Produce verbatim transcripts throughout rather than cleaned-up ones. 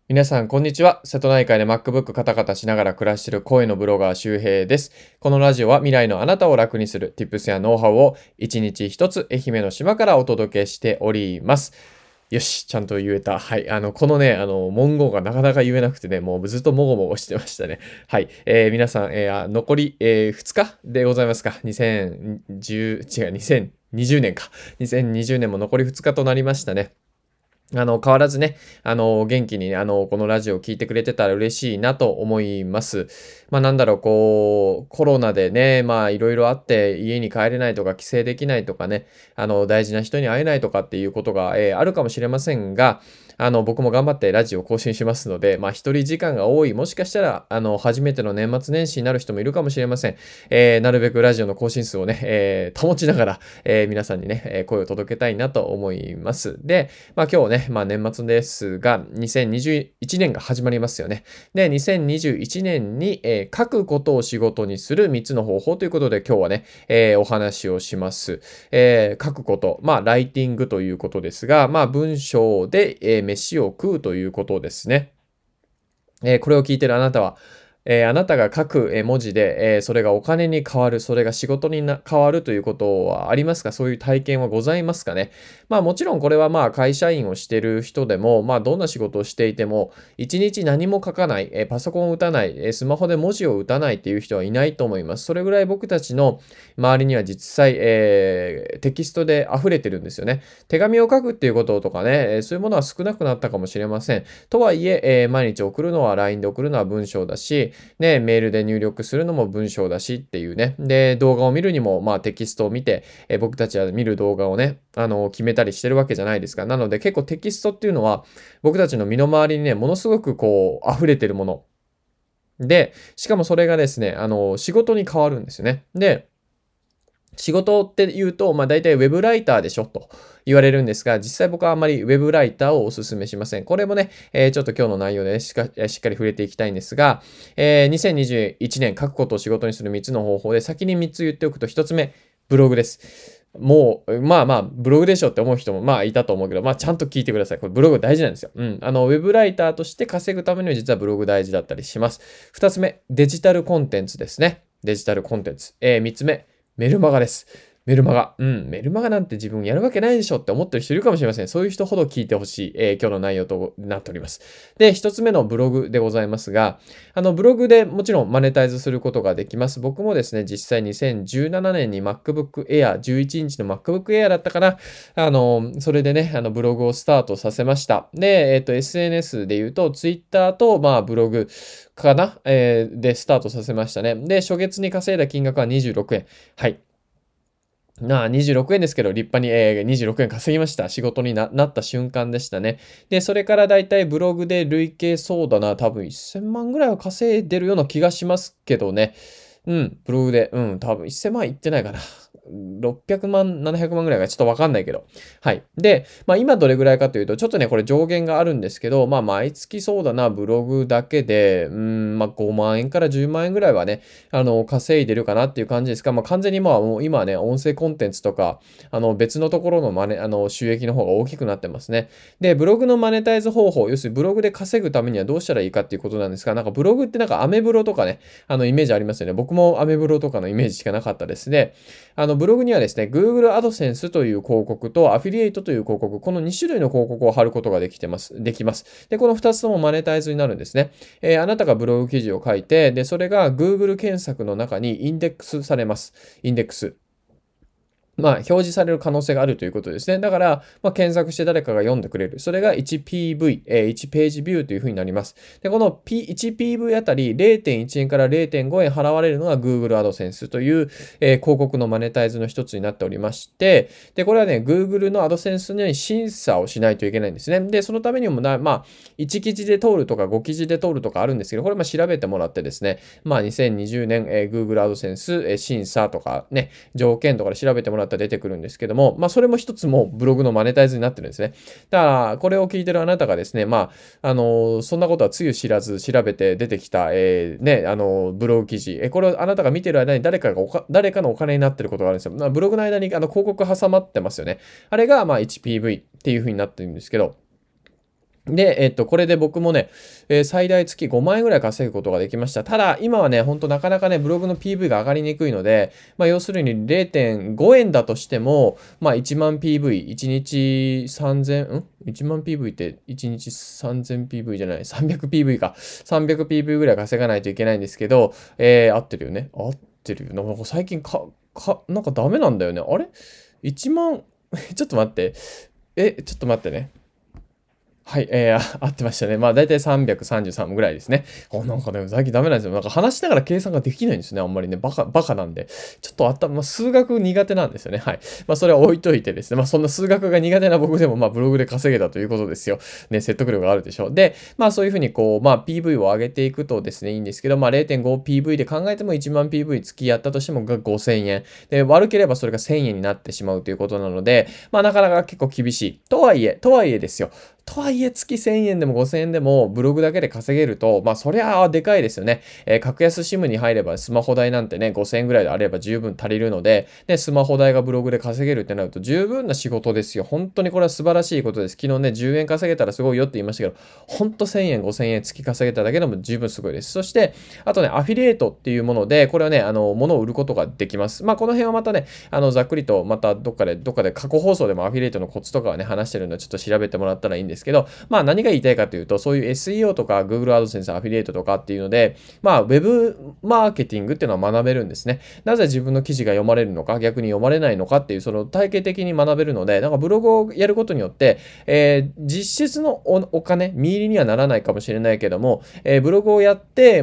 皆さん、こんにちは。瀬戸内海で MacBook カタカタしながら暮らしている声のブロガー周平です。このラジオは未来のあなたを楽にする Tips やノウハウを一日一つ愛媛の島からお届けしております。よし、ちゃんと言えた。はい。あの、このね、あの、文言がなかなか言えなくてね、もうずっともごもごしてましたね。はい。えー皆さん、えーあ残り、えーふつかでございますか。にせんじゅう、違う、にせんにじゅうねんか。にせんにじゅうねんも残りふつかとなりましたね。あの、変わらずね、あの、元気にね、あの、このラジオを聞いてくれてたら嬉しいなと思います。まあ、なんだろう、こう、コロナでね、まあ、いろいろあって、家に帰れないとか、帰省できないとかね、あの、大事な人に会えないとかっていうことが、えーあるかもしれませんが、あの、僕も頑張ってラジオを更新しますので、まあ、一人時間が多い、もしかしたら、あの、初めての年末年始になる人もいるかもしれません。えーなるべくラジオの更新数をね、えー保ちながら、えー皆さんにね、えー声を届けたいなと思います。で、まあ今日ね、まあ年末ですが、にせんにじゅういちねんが始まりますよね。で、にせんにじゅういちねんに、えー書くことを仕事にするみっつの方法ということで今日はね、えーお話をします。えー書くこと、まあライティングということですが、まあ文章で、えー飯を食うということですね。えーこれを聞いているあなたは、えーあなたが書くえー文字で、えーそれがお金に変わる、それが仕事にな変わるということはありますか？そういう体験はございますかね？まあもちろんこれはまあ会社員をしている人でも、まあどんな仕事をしていても、一日何も書かない、えーパソコンを打たない、えースマホで文字を打たないっていう人はいないと思います。それぐらい僕たちの周りには実際、えーテキストで溢れてるんですよね。手紙を書くっていうこととかね、えーそういうものは少なくなったかもしれません。とはいええー毎日送るのは ライン で送るのは文章だし、ね、メールで入力するのも文章だしっていうね。で、動画を見るにも、まあテキストを見て、えー僕たちは見る動画をね、あの、決めたりしてるわけじゃないですか。なので結構テキストっていうのは、僕たちの身の回りにね、ものすごくこう、溢れてるもの。で、しかもそれがですね、あの、仕事に変わるんですよね。で、仕事って言うと、まあ大体ウェブライターでしょと言われるんですが、実際僕はあんまりウェブライターをお勧めしません。これもね、えーちょっと今日の内容でしっかしっかり触れていきたいんですが、えーにせんにじゅういちねん書くことを仕事にするみっつの方法で先にみっつ言っておくとひとつめ、ブログです。もう、まあまあ、ブログでしょって思う人もまあいたと思うけど、まあちゃんと聞いてください。これブログ大事なんですよ。うん。あの、ウェブライターとして稼ぐためには実はブログ大事だったりします。ふたつめ、デジタルコンテンツですね。デジタルコンテンツ。えー、みっつめ、メルマガです。メルマガ。うん。メルマガなんて自分やるわけないでしょって思ってる人いるかもしれません。そういう人ほど聞いてほしい、えー今日の内容となっております。で、一つ目のブログでございますが、あの、ブログでもちろんマネタイズすることができます。僕もですね、実際にせんじゅうななねんに MacBook Air、じゅういちインチの MacBook Air だったかな。あの、それでね、あの、ブログをスタートさせました。で、えっと、エスエヌエス で言うと、Twitter と、まあ、ブログかな、えーで、スタートさせましたね。で、初月に稼いだ金額はにじゅうろくえん。はい。なあ、にじゅうろくえんですけど、立派に、えーにじゅうろくえん稼ぎました。仕事にななった瞬間でしたね。で、それからだいたいブログで累計そうだな、多分せんまんぐらいは稼いでるような気がしますけどね。うん、ブログで、うん、多分せんまんいってないかな。ろっぴゃくまん、ななひゃくまんぐらいかちょっとわかんないけど。はい。で、まあ今どれぐらいかというと、ちょっとね、これ上限があるんですけど、まあ毎月そうだな、ブログだけで、うん、まあごまん円からじゅうまん円ぐらいはね、あの、稼いでるかなっていう感じですが、まあ完全にまあもう今はね、音声コンテンツとか、あの別のところのマネ、あの収益の方が大きくなってますね。で、ブログのマネタイズ方法、要するにブログで稼ぐためにはどうしたらいいかっていうことなんですが、なんかブログってなんかアメブロとかね、あのイメージありますよね。僕もアメブロとかのイメージしかなかったですね。あのブログにはですね、Google AdSense という広告とアフィリエイトという広告、このに種類の広告を貼ることができてます、できます。で、このふたつともマネタイズになるんですね。えーあなたがブログ記事を書いて、で、それが Google 検索の中にインデックスされます。インデックス。まあ、表示される可能性があるということですね。だから、まあ、検索して誰かが読んでくれる。それが いちピーブイ、えー、いちページビューというふうになります。で、この P、いちピーブイ あたりれいてんいちえんかられいてんごえん払われるのが Google AdSense という、えー広告のマネタイズの一つになっておりまして、で、これはね、Google の AdSense に審査をしないといけないんですね。で、そのためにもな、まあ、いち記事で通るとかご記事で通るとかあるんですけど、これまあ調べてもらってですね、まあ、にせんにじゅうねん、えー Google AdSense、えー審査とかね、条件とかで調べてもらったら出てくるんですけども、まあ、それも一つもブログのマネタイズになってるんですね。だから、これを聞いてるあなたがですね、まあ、あのーそんなことはつゆ知らず調べて出てきた、えー、ね、あのーブログ記事、え、これをあなたが見てる間に誰かがおか、誰かのお金になってることがあるんですよ。まあ、ブログの間にあの広告挟まってますよね。あれが、まあ、いちピーブイ っていう風になってるんですけど、 で、えっと、これで僕もね、えー最大月ごまん円ぐらい稼ぐことができました。ただ、今はね、ほんとなかなかね、ブログの ピーブイ が上がりにくいので、まあ、要するにれいてんごえんだとしても、まあ、いちまん ピーブイ、いちにちさんぜん、ん ?いち 万 ピーブイ っていちにち さんぜんピーブイ じゃない、さんびゃくピーブイ か。さんびゃくピーブイ ぐらい稼がないといけないんですけど、えー、合ってるよね。合ってるよ。なんか最近か、か、なんかダメなんだよね。あれ ?いち 万、ちょっと待って。え、ちょっと待ってね。はい、えー、あ合ってましたね。まあ、だいたいさんびゃくさんじゅうさんぐらいですね。あ、なんかね、最近ダメなんですよ。なんか話しながら計算ができないんですね。あんまりね、バカ、バカなんで。ちょっとあった、まあ、数学苦手なんですよね。はい。まあ、それは置いといてですね。まあ、そんな数学が苦手な僕でも、まあ、ブログで稼げたということですよ。ね、説得力があるでしょう。で、まあ、そういうふうに、こう、まあ、ピーブイ を上げていくとですね、いいんですけど、まあ、れいてんごピーブイ で考えてもいちまん ピーブイ 月やったとしてもがごせんえん。で、悪ければそれがせんえんになってしまうということなので、まあ、なかなか結構厳しい。とはいえ、とはいえですよ。とはいえ月せんえんでもごせんえんでもブログだけで稼げると、まあそりゃあでかいですよね。えー格安 SIM に入ればスマホ代なんてね、ごせんえんぐらいであれば十分足りるので、で、スマホ代がブログで稼げるってなると十分な仕事ですよ。本当にこれは素晴らしいことです。昨日ね、じゅうえん稼げたらすごいよって言いましたけど、本当せんえん、ごせんえん月稼げただけでも十分すごいです。そして、あとね、アフィリエイトっていうもので、これはね、あの、物を売ることができます。まあこの辺はまたね、あの、ざっくりとまたどっかで、どっかで過去放送でもアフィリエイトのコツとかはね、話してるのでちょっと調べてもらったらいいんですけど、まあ何が言いたいかというと、そういう エスイーオー とか Google AdSense アフィリエイトとかっていうので、まあ Web マーケティングっていうのは学べるんですね。なぜ自分の記事が読まれるのか、逆に読まれないのかっていう、その体系的に学べるので、なんかブログをやることによって、えー実質のおお金、見入りにはならないかもしれないけども、えーブログをやって、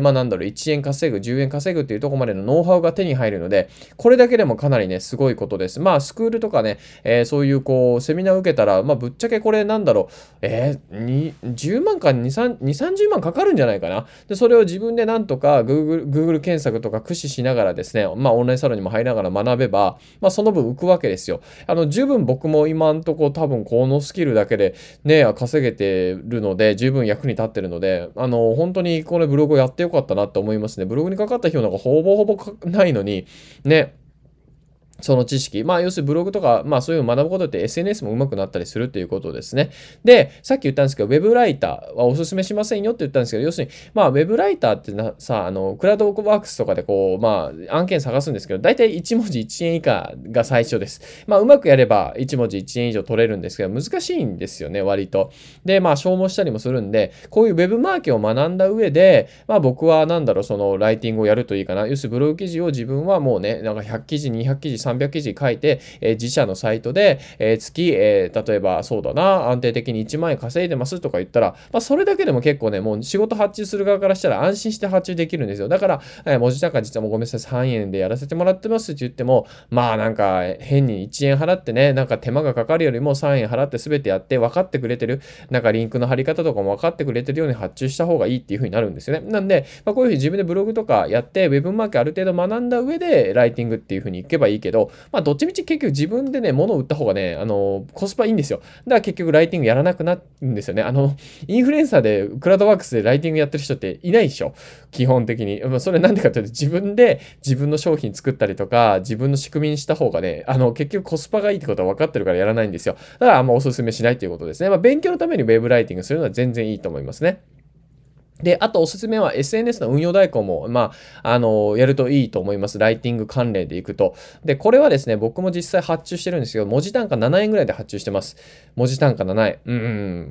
まあなんだろう、いちえん稼ぐ、じゅうえん稼ぐっていうところまでのノウハウが手に入るので、これだけでもかなりね、すごいことです。まあスクールとかね、えーそういうこう、セミナーを受けたら、まあぶっちゃけこれなんだろう、えー、にじゅうまんかに、さんじゅう、さんじゅうまんかかるんじゃないかな。で、それを自分でなんとか Google、Google 検索とか駆使しながらですね、まあオンラインサロンにも入りながら学べば、まあその分浮くわけですよ。あの、十分僕も今んとこ多分このスキルだけでね、稼げてるので、十分役に立ってるので、あの、本当にこれブログをやってよかったなって思いますね。ブログにかかった費用なんかほぼほぼないのに、ね、その知識。まあ、要するにブログとか、まあそういうのを学ぶことって エスエヌエス も上手くなったりするっていうことですね。で、さっき言ったんですけど、ウェブライターはおすすめしませんよって言ったんですけど、要するに、まあ、ウェブライターってなさ、あの、クラウドワークスとかでこう、まあ、案件探すんですけど、だいたいいち文字いちえん以下が最初です。まあ、うまくやればいち文字いちえん以上取れるんですけど、難しいんですよね、割と。で、まあ、消耗したりもするんで、こういうウェブマーケを学んだ上で、まあ、僕はなんだろう、その、ライティングをやるといいかな。要するに、ブログ記事を自分はもうね、なんかひゃく記事、にひゃく記事、さんびゃく記事書いて、えー自社のサイトで、えー月、えー例えばそうだな、安定的にいちまん円稼いでますとか言ったら、まあ、それだけでも結構ね、もう仕事発注する側からしたら安心して発注できるんですよ。だから、えー文字高実はもうごめんなさい、さんえんでやらせてもらってますって言っても、まあなんか変にいちえん払ってね、なんか手間がかかるよりもさんえん払って全てやって分かってくれてる、なんかリンクの貼り方とかも分かってくれてるように発注した方がいいっていう風になるんですよね。なんで、まあ、こういう風に自分でブログとかやって、ウェブマーケある程度学んだ上で、ライティングっていう風にいけばいいけど、まあどっちみち結局自分でね、物を売った方がね、あの、コスパいいんですよ。だから結局ライティングやらなくなるんですよね。あの、インフルエンサーでクラウドワークスでライティングやってる人っていないでしょ。基本的に。まあそれなんでかというと自分で自分の商品作ったりとか、自分の仕組みにした方がね、あの、結局コスパがいいってことは分かってるからやらないんですよ。だからあんまおすすめしないということですね。まあ勉強のためにウェブライティングするのは全然いいと思いますね。で、あとおすすめは エスエヌエス の運用代行も、まあ、あの、やるといいと思います。ライティング関連でいくと。で、これはですね、僕も実際発注してるんですけど、文字単価ななえんぐらいで発注してます。文字単価ななえん。うん、うん、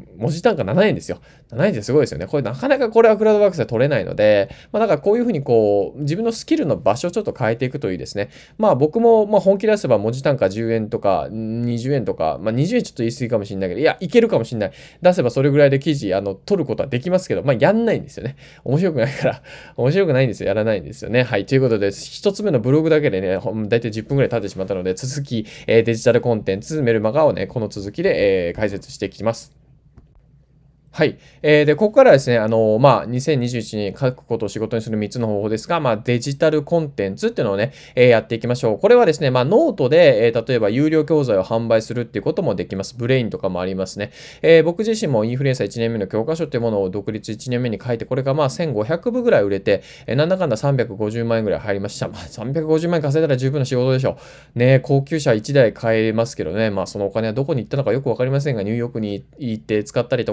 文字単価ななえんですよ。ななえんってすごいですよね。これなかなかこれはクラウドワークスで取れないので、まあ、だからこういうふうにこう、自分のスキルの場所をちょっと変えていくといいですね。まあ、僕も、まあ、本気出せば文字単価じゅうえんとか、にじゅうえんとか、まあ、にじゅうえんちょっと言い過ぎかもしれないけど、いや、いけるかもしれない。出せばそれぐらいで記事、あの、取ることはできますけど、まあ、やんないんですよね。面白くないから、面白くないんですよ。やらないんですよね。はい。ということで、一つ目のブログだけでね、だいたいじゅっぷんぐらい経ってしまったので、続き、えーデジタルコンテンツ、メルマガをね、この続きで、えー解説していきます。はい。えー、で、ここからですね、あの、まあ、にせんにじゅういちねん書くことを仕事にするみっつの方法ですが、まあ、デジタルコンテンツっていうのをね、えーやっていきましょう。これはですね、まあ、ノートで、えー例えば有料教材を販売するっていうこともできます。ブレインとかもありますね。えー僕自身もインフルエンサーいちねんめの教科書っていうものを独立いちねんめに書いて、これがまあ、せんごひゃくぶぐらい売れて、えーなんだかんださんびゃくごじゅうまん円ぐらい入りました。まあ、さんびゃくごじゅうまん円稼いだら十分な仕事でしょう。ね、高級車いちだい買えますけどね、まあ、そのお金はどこに行ったのかよくわかりませんが、ニューヨークに行って使ったりとか、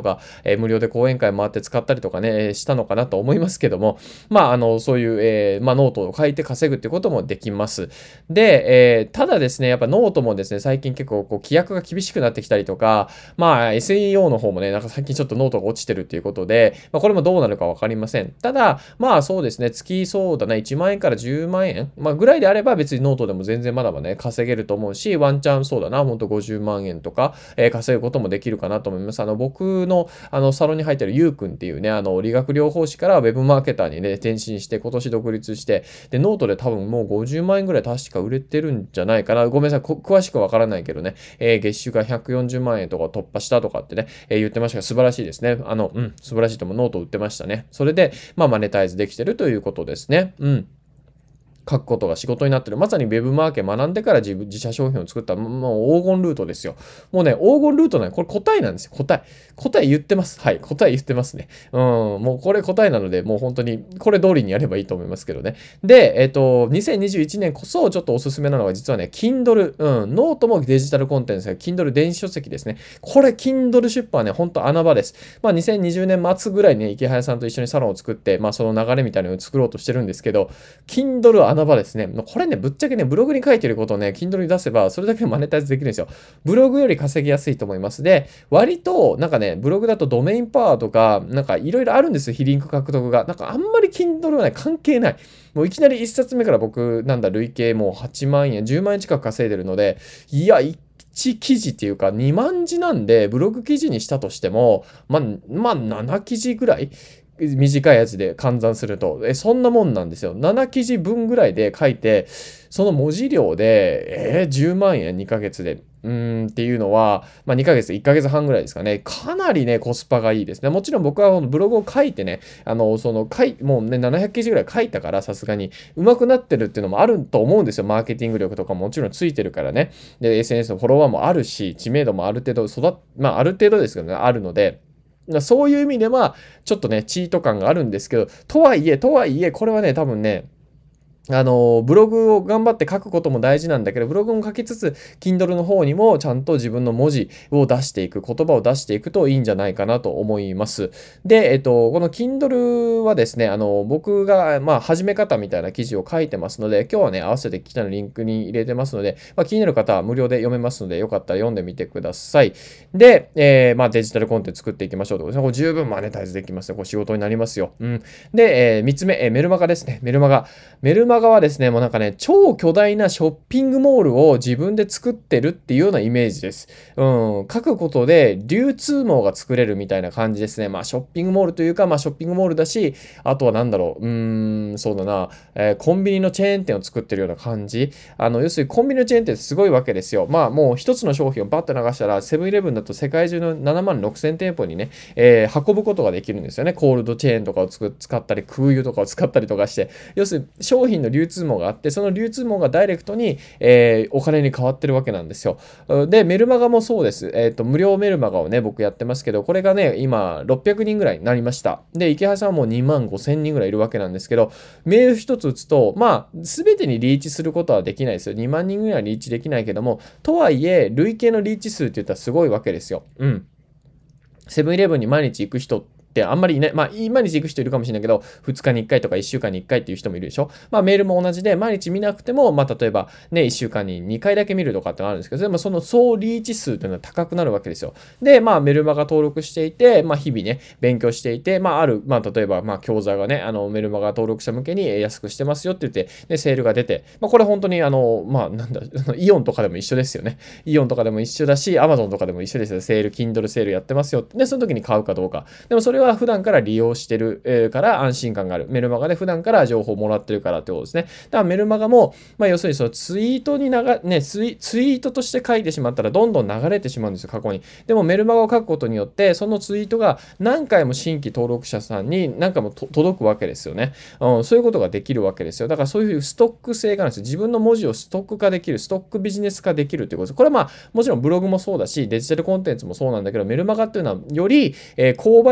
えー無料で講演会回って使ったりとかね、えーしたのかなと思いますけども、まあ、あの、そういう、えーまあ、ノートを書いて稼ぐってこともできます。で、えーただですね、やっぱノートもですね、最近結構こう規約が厳しくなってきたりとか、まあ、エスイーオー の方もね、なんか最近ちょっとノートが落ちてるっていうことで、まあ、これもどうなるかわかりません。ただ、まあそうですね、月そうだな、いちまん円からじゅうまん円、まあ、ぐらいであれば別にノートでも全然まだまだね、稼げると思うし、ワンチャンそうだな、ほんとごじゅうまん円とか、えー稼ぐこともできるかなと思います。あの、僕の、あの、サロンに入ってるゆうくんっていうね、あの、理学療法士からウェブマーケターにね、転身して、今年独立して、で、ノートで多分もうごじゅうまん円ぐらい確か売れてるんじゃないかな。ごめんなさい、詳しくわからないけどね、えー月収がひゃくよんじゅうまん円とか突破したとかってね、えー言ってましたが、素晴らしいですね。あの、うん、素晴らしいと思う。ノート売ってましたね。それで、まあ、マネタイズできてるということですね。うん。書くことが仕事になってる。まさにウェブマーケ学んでから自分、自社商品を作った、もう黄金ルートですよ。もうね、黄金ルートなんこれ答えなんですよ。答え。答え言ってます。はい。答え言ってますね。うん。もうこれ答えなので、もう本当に、これ通りにやればいいと思いますけどね。で、えっと、にせんにじゅういちねんこそちょっとおすすめなのが、実はね、Kindle。うん。ノートもデジタルコンテンツが Kindle 電子書籍ですね。これ、Kindle 出版はね、ほんと穴場です。まあ、にせんにじゅうねん末ぐらいにね、池早さんと一緒にサロンを作って、まあ、その流れみたいなのを作ろうとしてるんですけど、Kindle は穴場ですね。これね、ぶっちゃけね、ブログに書いてることをね、Kindle に出せば、それだけでマネタイズできるんですよ。ブログより稼ぎやすいと思います。で、割と、なんかね、ブログだとドメインパワーとか、なんかいろいろあるんですよ、非リンク獲得が。なんかあんまり Kindle はね、関係ない。もういきなりいっさつめから僕、なんだ、累計もうはちまん円、じゅうまん円近く稼いでるので、いや、いち記事っていうかにまん字なんで、ブログ記事にしたとしても、まあ、まあ、なな記事ぐらい短いやつで換算すると、え、そんなもんなんですよ。なな記事分ぐらいで書いて、その文字量で、えー、じゅうまん円にかげつで、うーんっていうのは、まあにかげつ、いっかげつはんぐらいですかね。かなりね、コスパがいいですね。もちろん僕はブログを書いてね、あの、その、書い、もうね、ななひゃく記事ぐらい書いたから、さすがに、上手くなってるっていうのもあると思うんですよ。マーケティング力とかももちろんついてるからね。で、エスエヌエス のフォロワーもあるし、知名度もある程度育っ、まあある程度ですけどね、あるので、そういう意味では、ちょっとね、チート感があるんですけど、とはいえ、とはいえ、これはね、多分ね、あの、ブログを頑張って書くことも大事なんだけど、ブログも書きつつ、Kindle の方にもちゃんと自分の文字を出していく、言葉を出していくといいんじゃないかなと思います。で、えっと、この Kindle はですね、あの、僕が、まあ、始め方みたいな記事を書いてますので、今日はね、合わせて記事のリンクに入れてますので、まあ、気になる方は無料で読めますので、よかったら読んでみてください。で、えー、まあ、デジタルコンテンツ作っていきましょうということですね。これ十分マネタイズできますね。これ仕事になりますよ。うん。で、えー、みっつめ、えー、メルマガですね。メルマガ。メルマガはですね、もうなんかね、超巨大なショッピングモールを自分で作ってるっていうようなイメージです。うん、書くことで流通網が作れるみたいな感じですね。まあ、ショッピングモールというか、まあ、ショッピングモールだし、あとはなんだろう、うーん、そうだな、えーコンビニのチェーン店を作ってるような感じ。あの、要するにコンビニのチェーン店ってすごいわけですよ。まあ、もう一つの商品をバッと流したら、セブンイレブンだと世界中のななまんろくせん店舗にね、えー運ぶことができるんですよね。コールドチェーンとかをつく使ったり、空輸とかを使ったりとかして、要するに商品の流通網があって、その流通網がダイレクトに、えーお金に変わってるわけなんですよ。で、メルマガもそうです。えっと、無料メルマガをね、僕やってますけど、これがね、今、ろっぴゃくにんぐらいになりました。で、池原さんはもうにまんごせんにんぐらいいるわけなんですけど、メール一つ打つと、まあ、すべてにリーチすることはできないですよ。にまんにんぐらいリーチできないけども、とはいえ、累計のリーチ数って言ったらすごいわけですよ。うん。セブンイレブンに毎日行く人ってあんまりいない。まあ、毎日行く人いるかもしれないけど、ふつかにいっかいとかいっしゅうかんにいっかいっていう人もいるでしょ。まあ、メールも同じで、毎日見なくても、まあ、例えばね、いっしゅうかんににかいだけ見るとかってあるんですけど、でもその総リーチ数っていうのは高くなるわけですよ。で、まあ、メルマガ登録していて、まあ、日々ね、勉強していて、まあ、ある、まあ、例えば、まあ、教材がね、あの、メルマガ登録者向けに安くしてますよって言って、で、セールが出て、まあ、これ本当に、あの、まあ、なんだ、イオンとかでも一緒ですよね。イオンとかでも一緒だし、アマゾンとかでも一緒ですよ。セール、Kindle セールやってますよ。で、その時に買うかどうか。でもそれは普段から利用してる、えーから安心感がある。メルマガで普段から情報をもらってるからってことですね。だからメルマガも、まあ、要するにそのツイートに流、ね、ツイ、ツイートとして書いてしまったらどんどん流れてしまうんですよ、過去に。でもメルマガを書くことによって、そのツイートが何回も新規登録者さんに何回も届くわけですよね。うん、そういうことができるわけですよ。だからそういうストック性があるんですよ。自分の文字をストック化できる、ストックビジネス化できるってことです。これはまあ、もちろんブログもそうだし、デジタルコンテンツもそうなんだけど、メルマガっていうのはより、えー購買層に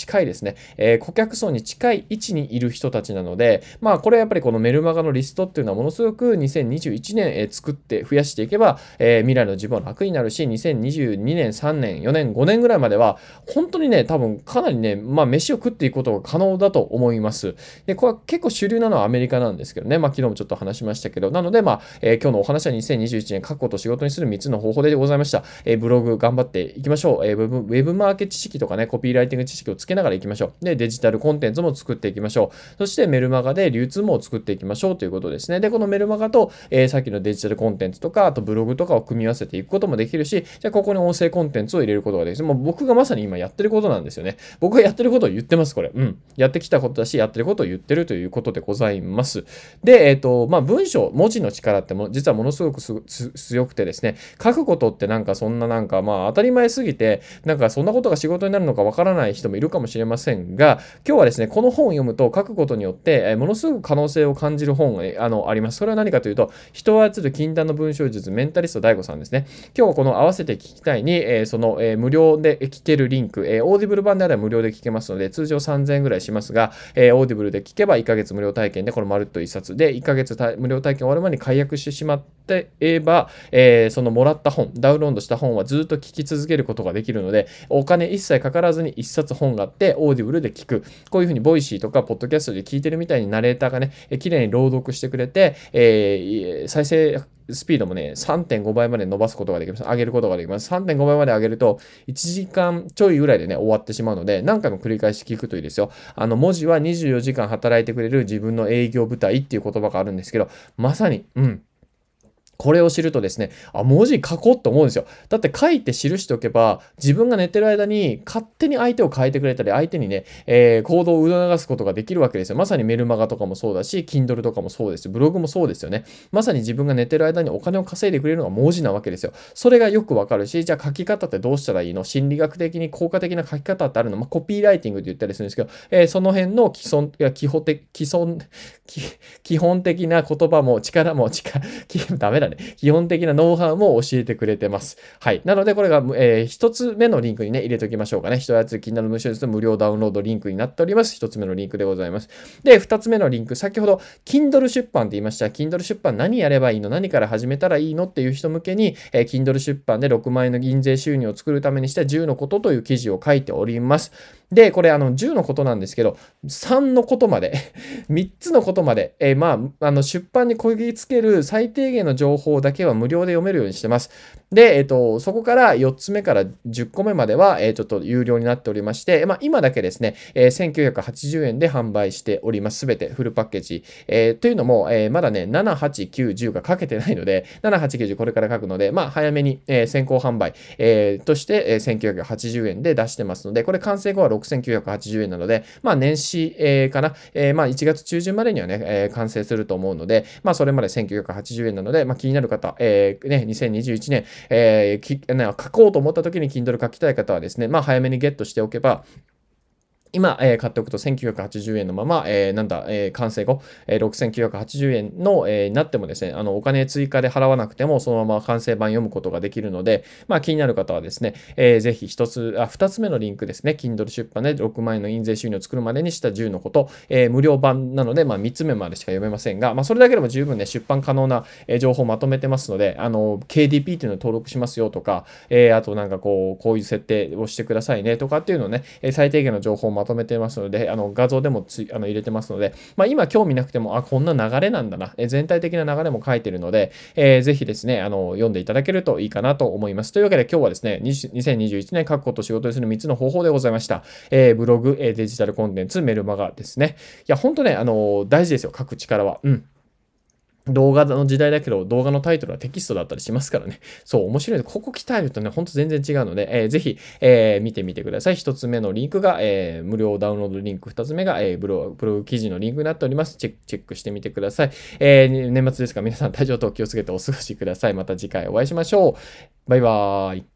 近いですね、えー、顧客層に近い位置にいる人たちなので、まあこれはやっぱりこのメルマガのリストっていうのはものすごくにせんにじゅういちねん、えー、作って増やしていけば、えー、未来の自分は楽になるし、にせんにじゅうにねん、さんねん、よねん、ごねんぐらいまでは本当にね、多分かなりね、まあ飯を食っていくことが可能だと思います。で、これは結構主流なのはアメリカなんですけどね、まあ昨日もちょっと話しましたけど、なのでまあ、えー、今日のお話はにせんにじゅういちねん確固と仕事にするみっつの方法でございました。えー、ブログ頑張っていきましょう。えー、ウェブ、ウェブマーケ知識とかね、コピーライティング知識をつけながらいきましょう。で、デジタルコンテンツも作っていきましょう。そしてメルマガで流通も作っていきましょうということですね。で、このメルマガと、えー、さっきのデジタルコンテンツとか、あとブログとかを組み合わせていくこともできるし、じゃあここに音声コンテンツを入れることができる。もう僕がまさに今やってることなんですよね。僕がやってることを言ってます、これ。うん。やってきたことだし、やってることを言ってるということでございます。で、えっ、ー、と、まあ、文章、文字の力っても実はものすごく強くてですね、書くことってなんかそんななんかまあ当たり前すぎて、なんかそんなことが仕事になるのかわからない人もいるかもしれませんが、今日はですね、この本を読むと書くことによって、えー、ものすごく可能性を感じる本が、あのあります。それは何かというと、人を操る禁断の文章術、メンタリスト ダイゴ さんですね。今日はこの合わせて聞きたいに、えー、その、えー、無料で聞けるリンク、えー、オーディブル版であれば無料で聞けますので、通常さんぜんえんぐらいしますが、えー、オーディブルで聞けばいっかげつ無料体験でこのまるっといっさつでいっかげつ無料体験終わる前に解約してしまっていれば、えー、そのもらった本、ダウンロードした本はずっと聞き続けることができるので、お金一切かからずにいっさつ本があって、オーディブルで聞く。こういうふうにボイシーとかポッドキャストで聞いてるみたいにナレーターがね、綺麗に朗読してくれて、えー、再生スピードもね、さんてんごばいまで伸ばすことができます。上げることができます。さんてんごばいまで上げると、いちじかんちょいぐらいでね、終わってしまうので、何回も繰り返し聞くといいですよ。あの、文字はにじゅうよじかん働いてくれる自分の営業部隊っていう言葉があるんですけど、まさに、うん。これを知るとですね、あ、文字書こうと思うんですよ。だって書いて記しておけば、自分が寝てる間に勝手に相手を変えてくれたり、相手にね、えー、行動を促すことができるわけですよ。まさにメルマガとかもそうだし、Kindle とかもそうです。ブログもそうですよね。まさに自分が寝てる間にお金を稼いでくれるのが文字なわけですよ。それがよくわかるし、じゃあ書き方ってどうしたらいいの？心理学的に効果的な書き方ってあるの？まあ、コピーライティングって言ったりするんですけど、えー、その辺の基礎、いや基本的、基礎、基本的な言葉も力も力、ダメだね。基本的なノウハウも教えてくれてます。はい。なので、これが、えー、一つ目のリンクにね、入れておきましょうかね。人やつ禁断の無償術の無料ダウンロードリンクになっております。一つ目のリンクでございます。で、二つ目のリンク、先ほど、Kindle 出版って言いました。Kindle 出版何やればいいの？何から始めたらいいのっていう人向けに、えー、Kindle 出版でろくまんえんの印税収入を作るためにしたじゅうのことという記事を書いております。で、これあのじゅうのことなんですけど、さんのことまで、みっつのことまで、えー、まあ、あの出版にこぎつける最低限の情報だけは無料で読めるようにしてます。で、えっと、そこからよっつめからじゅっこめまでは、えー、ちょっと有料になっておりまして、まあ、今だけですね、えー、せんきゅうひゃくはちじゅうえんで販売しております。すべてフルパッケージ。えー、というのも、えー、まだね、なな、はち、きゅう、じゅうが書けてないので、なな、はち、きゅう、じゅうこれから書くので、まあ、早めに、えー、先行販売、えー、として、えー、せんきゅうひゃくはちじゅうえんで出してますので、これ完成後はろくせんきゅうひゃくはちじゅうえんなので、まあ、年始、えー、かな、えー、まあ、いちがつちゅうじゅんまでにはね、えー、完成すると思うので、まあ、それまでせんきゅうひゃくはちじゅうえんなので、まあ、気になる方、えー、ね、にせんにじゅういちねん、えー、きね、書こうと思った時に Kindle 書きたい方はですね、まあ、早めにゲットしておけば、今、えー、買っておくとせんきゅうひゃくはちじゅうえんのまま、えー、なんだ、えー、完成後、えー、ろくせんきゅうひゃくはちじゅうえんの、えー、なってもですね、あの、お金追加で払わなくても、そのまま完成版読むことができるので、まあ、気になる方はですね、えー、ぜひ一つ、あ、二つ目のリンクですね、Kindle 出版でろくまんえんの印税収入を作るまでにしたじゅうのこと、えー、無料版なので、まあ、三つ目までしか読めませんが、まあ、それだけでも十分ね、出版可能な、えー、情報をまとめてますので、あの、ケーディーピー っていうのを登録しますよとか、えー、あとなんかこう、こういう設定をしてくださいねとかっていうのをね、最低限の情報をまとめてますので、あの画像でもつあの入れてますので、まあ、今興味なくても、あ、こんな流れなんだな、え全体的な流れも書いてるので、えー、ぜひですね、あの読んでいただけるといいかなと思います。というわけで今日はですね、にせんにじゅういちねん書くこと仕事にするみっつの方法でございました。えー、ブログ、デジタルコンテンツ、メルマガですね。いや、本当ね、あの大事ですよ、書く力は。うん。動画の時代だけど、動画のタイトルはテキストだったりしますからね。そう、面白いので、ここ鍛えるとね、ほんと全然違うので、えー、ぜひ、えー、見てみてください。一つ目のリンクが、えー、無料ダウンロードリンク。二つ目が、えー、ブログ、ブログ記事のリンクになっております。チェック、チェックしてみてください。えー、年末ですが、皆さん体調と気をつけてお過ごしください。また次回お会いしましょう。バイバーイ。